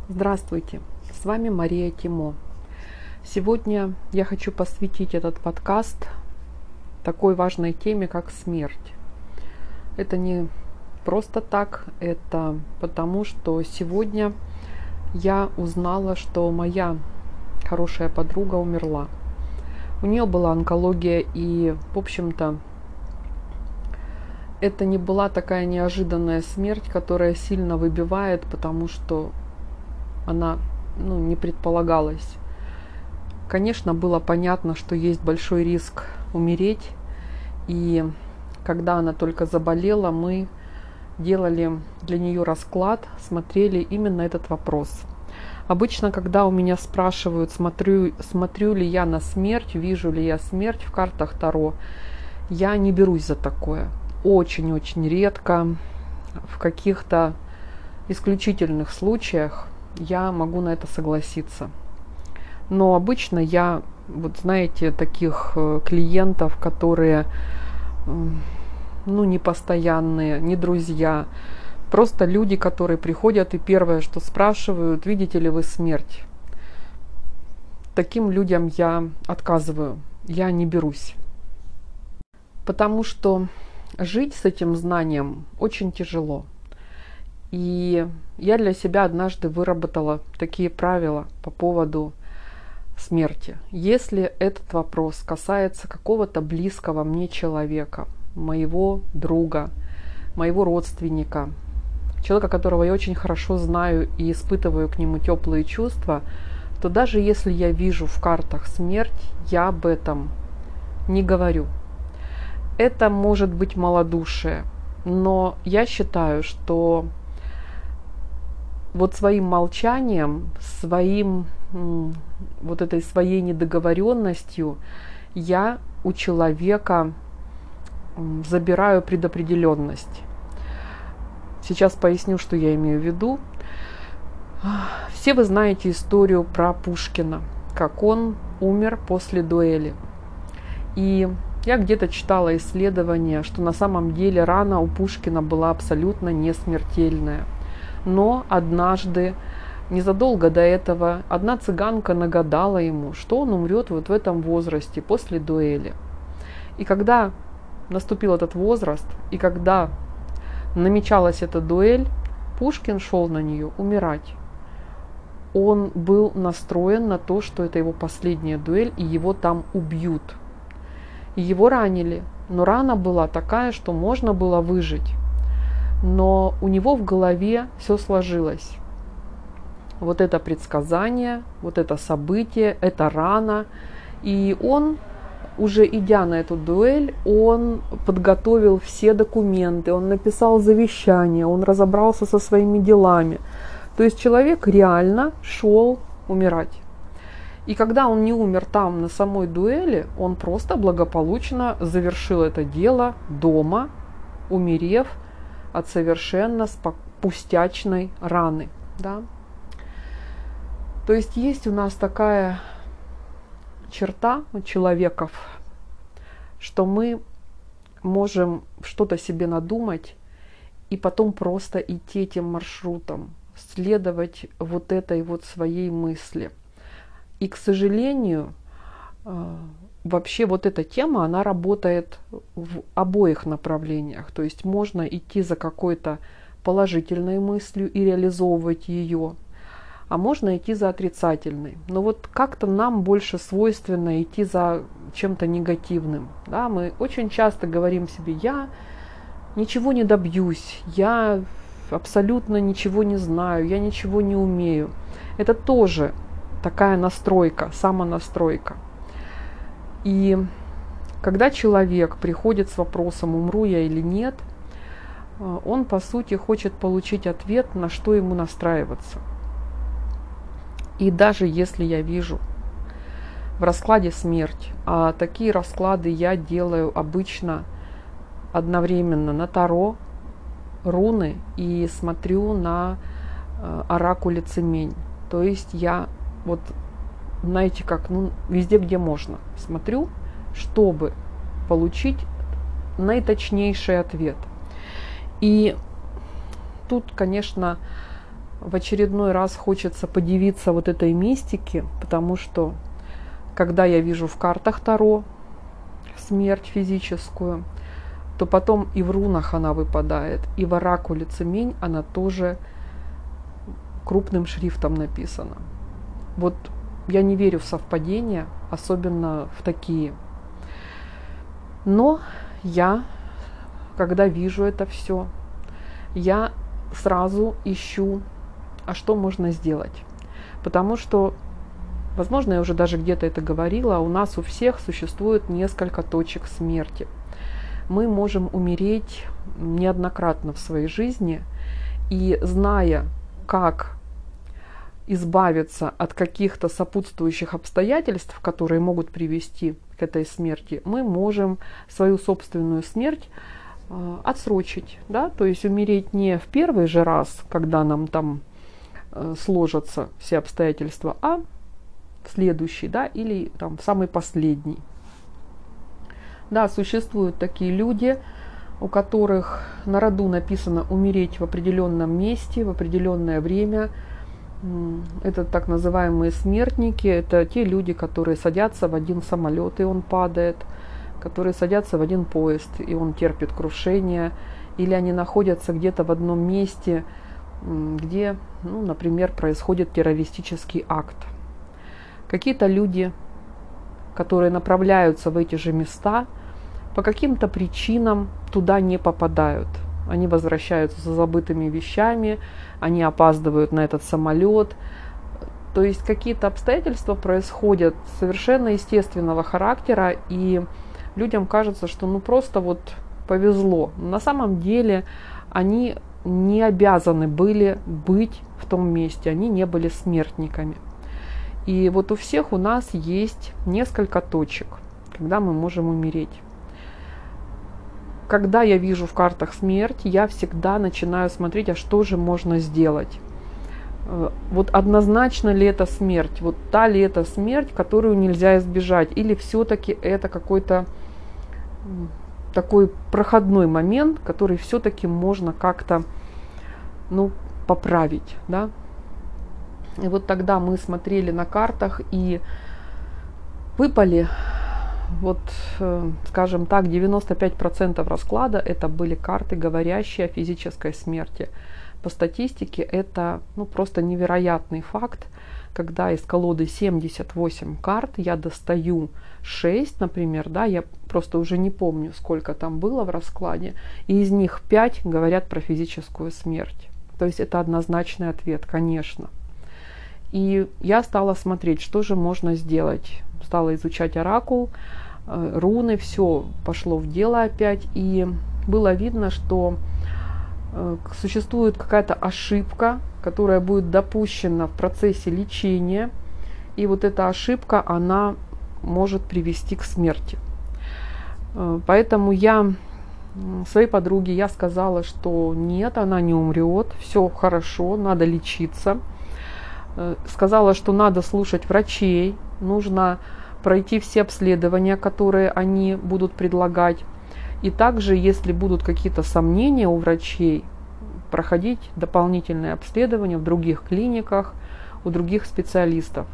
Здравствуйте, с вами Мария Тимо. Сегодня я хочу посвятить этот подкаст такой важной теме, как смерть. Это не просто так, это потому, что сегодня я узнала, что моя хорошая подруга умерла. У нее была онкология, и, в общем-то, это не была такая неожиданная смерть, которая сильно выбивает, потому что она не предполагалась. Конечно, было понятно, что есть большой риск умереть. И когда она только заболела, мы делали для нее расклад, смотрели именно этот вопрос. Обычно, когда у меня спрашивают, смотрю ли я на смерть, вижу ли я смерть в картах Таро, я не берусь за такое. Очень-очень редко, в каких-то исключительных случаях я могу на это согласиться. Но обычно я, знаете, таких клиентов, которые, не постоянные, не друзья, просто люди, которые приходят и первое, что спрашивают, видите ли вы смерть. Таким людям я отказываю, я не берусь. Потому что жить с этим знанием очень тяжело. И я для себя однажды выработала такие правила по поводу смерти. Если этот вопрос касается какого-то близкого мне человека, моего друга, моего родственника, человека, которого я очень хорошо знаю и испытываю к нему теплые чувства, то даже если я вижу в картах смерть, я об этом не говорю. Это может быть малодушие, но я считаю, что своим молчанием, своей недоговоренностью я у человека забираю предопределенность. Сейчас поясню, что я имею в виду. Все вы знаете историю про Пушкина, как он умер после дуэли. И я где-то читала исследование, что на самом деле рана у Пушкина была абсолютно не смертельная. Но однажды, незадолго до этого, одна цыганка нагадала ему, что он умрет в этом возрасте после дуэли. И когда наступил этот возраст, и когда намечалась эта дуэль, Пушкин шел на нее умирать. Он был настроен на то, что это его последняя дуэль, и его там убьют. И его ранили, но рана была такая, что можно было выжить. Но у него в голове все сложилось. Вот это предсказание, вот это событие, это рана. И он, уже идя на эту дуэль, он подготовил все документы, он написал завещание, он разобрался со своими делами. То есть человек реально шел умирать. И когда он не умер там, на самой дуэли, он просто благополучно завершил это дело дома, умерев от совершенно пустячной раны. Да? То есть есть у нас такая черта у человеков, что мы можем что-то себе надумать и потом просто идти этим маршрутом, следовать этой своей мысли. И, к сожалению, вообще эта тема, она работает в обоих направлениях. То есть можно идти за какой-то положительной мыслью и реализовывать ее, а можно идти за отрицательной. Но как-то нам больше свойственно идти за чем-то негативным. Да? Мы очень часто говорим себе: я ничего не добьюсь, я абсолютно ничего не знаю, я ничего не умею. Это тоже такая настройка, самонастройка. И когда человек приходит с вопросом, умру я или нет, он, по сути, хочет получить ответ, на что ему настраиваться. И даже если я вижу в раскладе смерть, а такие расклады я делаю обычно одновременно на Таро, руны и смотрю на оракуле Цемень. То есть я знаете как, везде, где можно, смотрю, чтобы получить наиточнейший ответ. И тут, конечно, в очередной раз хочется подивиться вот этой мистике, потому что когда я вижу в картах Таро смерть физическую, то потом и в рунах она выпадает, и в оракуле Цемень она тоже крупным шрифтом написана. Вот я не верю в совпадения, особенно в такие. Но я, когда вижу это все, я сразу ищу, а что можно сделать. Потому что, возможно, я уже даже где-то это говорила, у нас у всех существует несколько точек смерти. Мы можем умереть неоднократно в своей жизни, и зная, как избавиться от каких-то сопутствующих обстоятельств, которые могут привести к этой смерти, мы можем свою собственную смерть отсрочить, да, то есть умереть не в первый же раз, когда нам там сложатся все обстоятельства, а в следующий, да, или там в самый последний. Да, существуют такие люди, у которых на роду написано умереть в определенном месте, в определенное время. Это так называемые смертники, это те люди, которые садятся в один самолет, и он падает, которые садятся в один поезд, и он терпит крушение, или они находятся где-то в одном месте, где, ну, например, происходит террористический акт. Какие-то люди, которые направляются в эти же места, по каким-то причинам туда не попадают. Они возвращаются за забытыми вещами, они опаздывают на этот самолет. То есть какие-то обстоятельства происходят совершенно естественного характера, и людям кажется, что ну просто вот повезло. На самом деле они не обязаны были быть в том месте, они не были смертниками. И вот у всех у нас есть несколько точек, когда мы можем умереть. Когда я вижу в картах смерть, я всегда начинаю смотреть, а что же можно сделать. Вот однозначно ли это смерть, вот та ли это смерть, которую нельзя избежать, или все-таки это какой-то такой проходной момент, который все-таки можно как-то, ну, поправить, да. И вот тогда мы смотрели на картах и выпали, вот, скажем так, 95% расклада это были карты, говорящие о физической смерти. По статистике это, ну, просто невероятный факт, когда из колоды 78 карт я достаю 6, например, да, я просто уже не помню, сколько там было в раскладе, и из них 5 говорят про физическую смерть. То есть это однозначный ответ, конечно. И я стала смотреть, что же можно сделать. Стала изучать оракул, руны, все пошло в дело опять. И было видно, что существует какая-то ошибка, которая будет допущена в процессе лечения. И вот эта ошибка, она может привести к смерти. Поэтому я своей подруге я сказала, что нет, она не умрет, все хорошо, надо лечиться. Сказала, что надо слушать врачей, нужно пройти все обследования, которые они будут предлагать. И также, если будут какие-то сомнения у врачей, проходить дополнительные обследования в других клиниках, у других специалистов.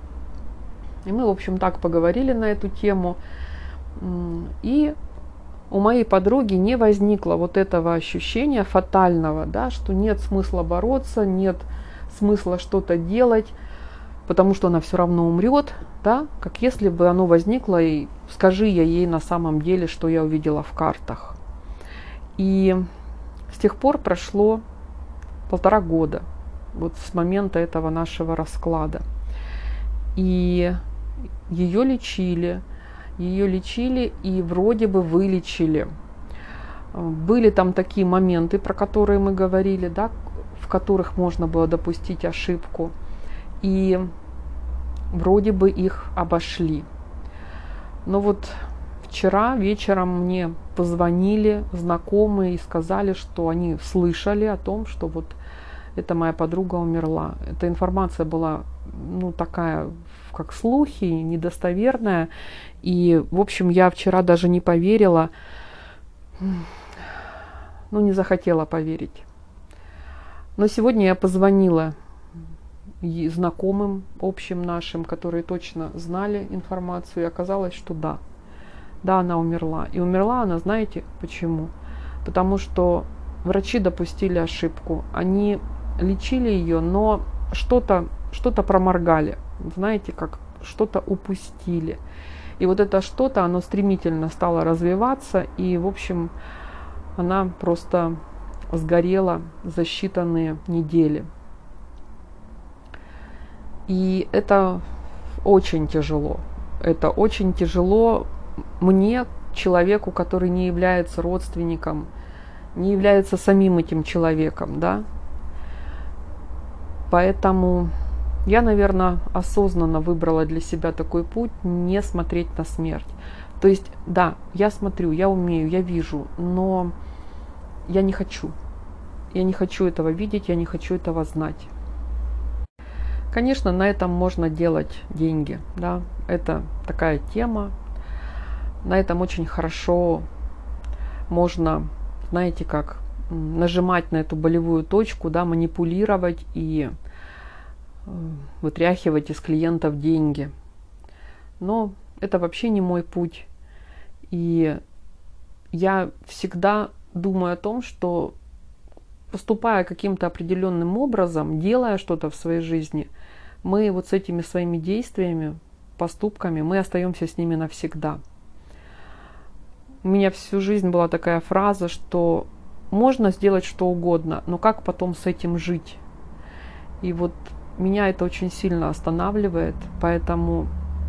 И мы, в общем, так поговорили на эту тему. И у моей подруги не возникло вот этого ощущения фатального, да, что нет смысла бороться, нет смысла что-то делать, потому что она все равно умрет, да, как если бы оно возникло, и скажи я ей на самом деле, что я увидела в картах. И с тех пор прошло 1,5 года, вот с момента этого нашего расклада. И ее лечили и вроде бы вылечили. Были там такие моменты, про которые мы говорили, да, в которых можно было допустить ошибку. И вроде бы их обошли. Но вот вчера вечером мне позвонили знакомые и сказали, что они слышали о том, что вот эта моя подруга умерла. Эта информация была, ну, такая, как слухи, недостоверная. И, в общем, я вчера даже не поверила, ну, не захотела поверить. Но сегодня я позвонила знакомым общим нашим, которые точно знали информацию, и оказалось, что да, она умерла. И умерла она, знаете почему? Потому что врачи допустили ошибку. Они лечили ее, но что-то проморгали. Знаете, как что-то упустили. И вот это что-то, оно стремительно стало развиваться, и, в общем, она просто сгорела за считанные недели. И это очень тяжело. Это очень тяжело мне, человеку, который не является родственником, не является самим этим человеком, да. Поэтому я, наверное, осознанно выбрала для себя такой путь, не смотреть на смерть. То есть, да, я смотрю, я умею, я вижу, но я не хочу. Я не хочу этого видеть, я не хочу этого знать. Конечно, на этом можно делать деньги, да, это такая тема. На этом очень хорошо можно, знаете как, нажимать на эту болевую точку, да, манипулировать и вытряхивать из клиентов деньги. Но это вообще не мой путь. И я всегда думаю о том, что поступая каким-то определенным образом, делая что-то в своей жизни, мы вот с этими своими действиями, поступками, мы остаемся с ними навсегда. У меня всю жизнь была такая фраза, что можно сделать что угодно, но как потом с этим жить? И вот меня это очень сильно останавливает, поэтому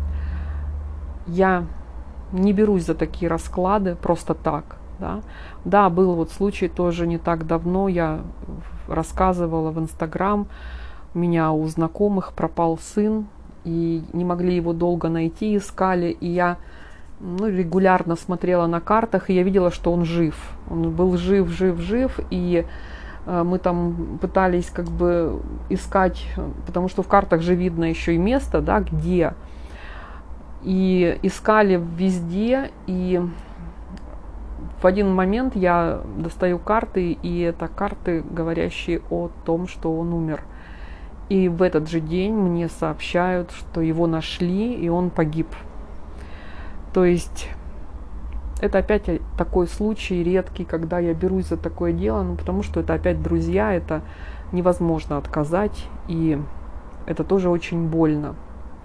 я не берусь за такие расклады просто так. Да, был вот случай тоже не так давно, я рассказывала в Инстаграм, у меня у знакомых пропал сын, и не могли его долго найти, искали, и я регулярно смотрела на картах, и я видела, что он жив. Он был жив, и мы там пытались как бы искать, потому что в картах же видно еще и место, да, где. И искали везде, и в один момент я достаю карты, и это карты, говорящие о том, что он умер. И в этот же день мне сообщают, что его нашли, и он погиб. То есть это опять такой случай редкий, когда я берусь за такое дело, потому что это опять друзья, это невозможно отказать, и это тоже очень больно.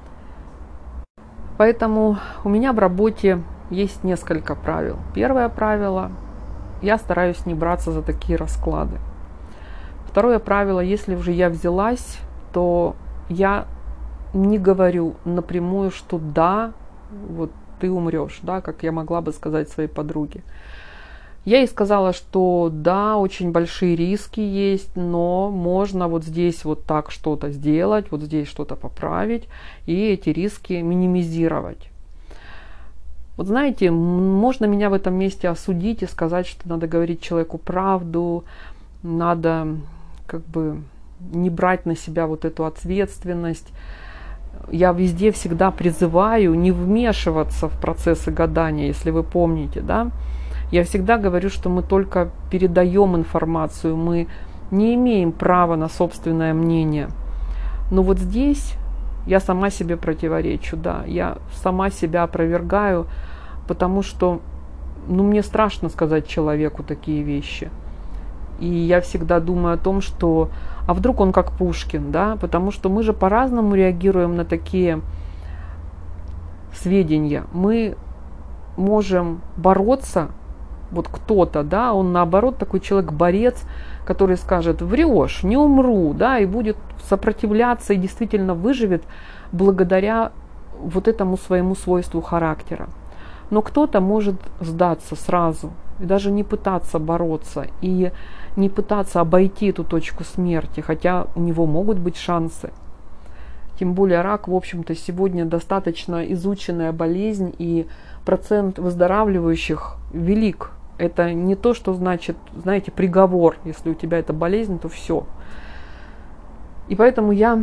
Поэтому у меня в работе есть несколько правил. Первое правило – я стараюсь не браться за такие расклады. Второе правило – если уже я взялась, то я не говорю напрямую, что да, вот ты умрешь, да, как я могла бы сказать своей подруге. Я ей сказала, что да, очень большие риски есть, но можно вот здесь вот так что-то сделать, вот здесь что-то поправить и эти риски минимизировать. Вот знаете, можно меня в этом месте осудить и сказать, что надо говорить человеку правду, надо как бы не брать на себя вот эту ответственность. Я везде всегда призываю не вмешиваться в процессы гадания, если вы помните, да. Я всегда говорю, что мы только передаем информацию, мы не имеем права на собственное мнение. Но вот здесь я сама себе противоречу, да, я сама себя опровергаю, потому что, мне страшно сказать человеку такие вещи. И я всегда думаю о том, что, а вдруг он как Пушкин, да, потому что мы же по-разному реагируем на такие сведения. Мы можем бороться, вот кто-то, да, он наоборот такой человек-борец, который скажет: врешь, не умру, да, и будет сопротивляться и действительно выживет благодаря вот этому своему свойству характера. Но кто-то может сдаться сразу и даже не пытаться бороться и не пытаться обойти эту точку смерти, хотя у него могут быть шансы. Тем более рак, в общем-то, сегодня достаточно изученная болезнь, и процент выздоравливающих велик. Это не то, что значит, знаете, приговор. Если у тебя эта болезнь, то все. И поэтому я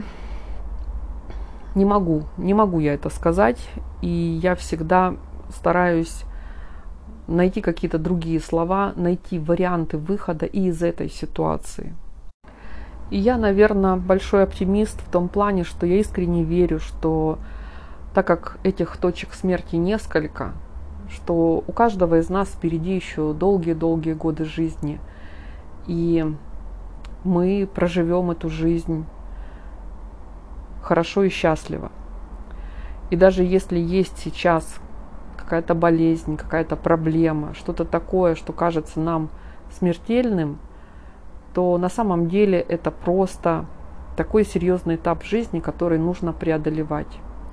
не могу я это сказать, и я всегда стараюсь найти какие-то другие слова, найти варианты выхода и из этой ситуации. И я, наверное, большой оптимист в том плане, что я искренне верю, что так как этих точек смерти несколько, что у каждого из нас впереди еще долгие-долгие годы жизни, и мы проживем эту жизнь хорошо и счастливо. И даже если есть сейчас какая-то болезнь, какая-то проблема, что-то такое, что кажется нам смертельным, то на самом деле это просто такой серьезный этап жизни, который нужно преодолевать.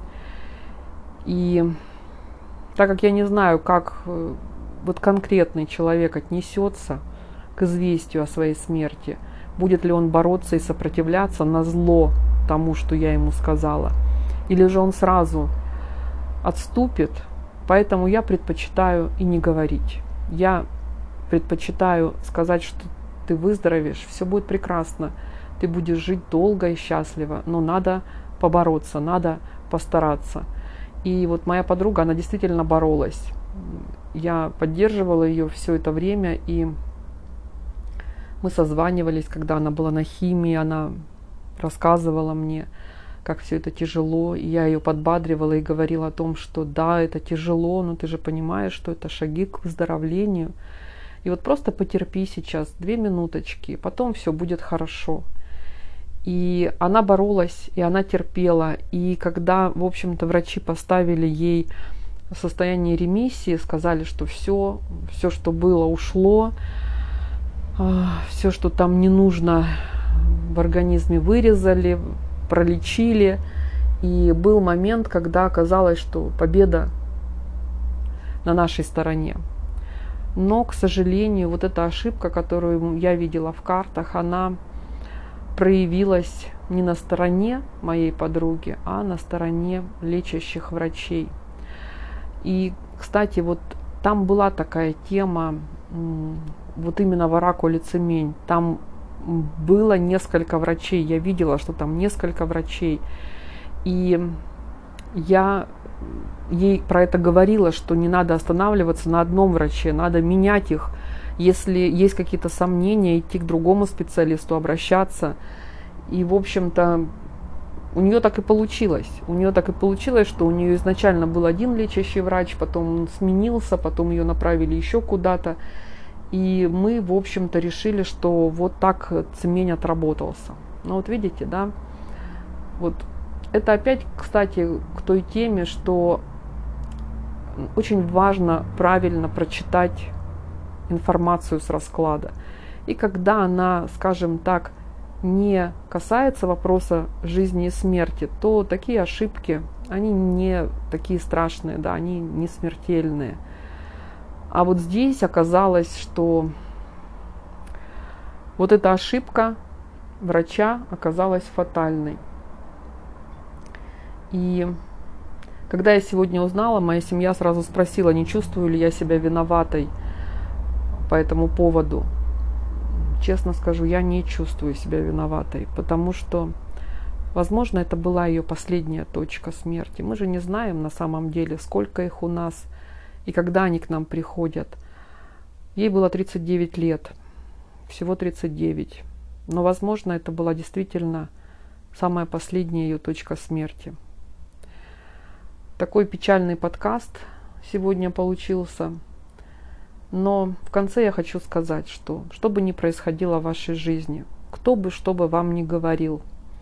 И так как я не знаю, как вот конкретный человек отнесется к известию о своей смерти, будет ли он бороться и сопротивляться назло тому, что я ему сказала, или же он сразу отступит, поэтому я предпочитаю и не говорить. Я предпочитаю сказать, что ты выздоровеешь, все будет прекрасно, ты будешь жить долго и счастливо, но надо побороться, надо постараться. И вот моя подруга, она действительно боролась. Я поддерживала ее все это время, и мы созванивались, когда она была на химии, она рассказывала мне, как все это тяжело, и я ее подбадривала и говорила о том, что да, это тяжело, но ты же понимаешь, что это шаги к выздоровлению. И вот просто потерпи сейчас 2 минуточки, потом все будет хорошо. И она боролась, и она терпела. И когда, в общем-то, врачи поставили ей состояние ремиссии, сказали, что все, что было, ушло, все, что там не нужно, в организме вырезали, пролечили. И был момент, когда оказалось, что победа на нашей стороне. Но, к сожалению, вот эта ошибка, которую я видела в картах, она проявилась не на стороне моей подруги, а на стороне лечащих врачей. И, кстати, вот там была такая тема, вот именно в оракуле Цемень, там было несколько врачей, я видела, что там несколько врачей, и я ей про это говорила, что не надо останавливаться на одном враче, надо менять их. Если есть какие-то сомнения, идти к другому специалисту, обращаться. И, в общем-то, у нее так и получилось. У нее так и получилось, что у нее изначально был один лечащий врач, потом он сменился, потом ее направили еще куда-то. И мы, в общем-то, решили, что вот так Цемень отработался. Ну вот видите, да? Вот это опять, кстати, к той теме, что очень важно правильно прочитать информацию с расклада. И когда она, скажем так, не касается вопроса жизни и смерти, то такие ошибки, они не такие страшные, да, они не смертельные. А вот здесь оказалось, что вот эта ошибка врача оказалась фатальной. И когда я сегодня узнала, моя семья сразу спросила, не чувствую ли я себя виноватой по этому поводу. Честно скажу, я не чувствую себя виноватой, потому что, возможно, это была ее последняя точка смерти. Мы же не знаем на самом деле, сколько их у нас и когда они к нам приходят. Ей было 39 лет, всего 39. Но, возможно, это была действительно самая последняя ее точка смерти. Такой печальный подкаст сегодня получился. Но в конце я хочу сказать, что бы ни происходило в вашей жизни, кто бы что бы вам ни говорил,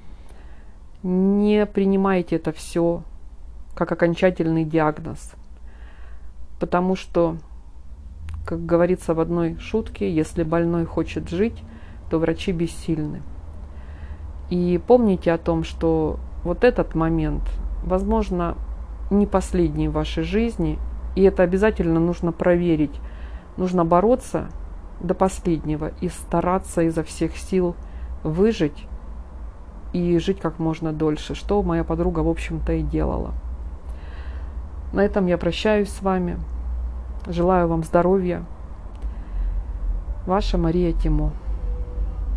не принимайте это все как окончательный диагноз. Потому что, как говорится в одной шутке, если больной хочет жить, то врачи бессильны. И помните о том, что вот этот момент, возможно, не последний в вашей жизни, и это обязательно нужно проверить. Нужно бороться до последнего и стараться изо всех сил выжить и жить как можно дольше, что моя подруга, в общем-то, и делала. На этом я прощаюсь с вами. Желаю вам здоровья. Ваша Мария Тимо.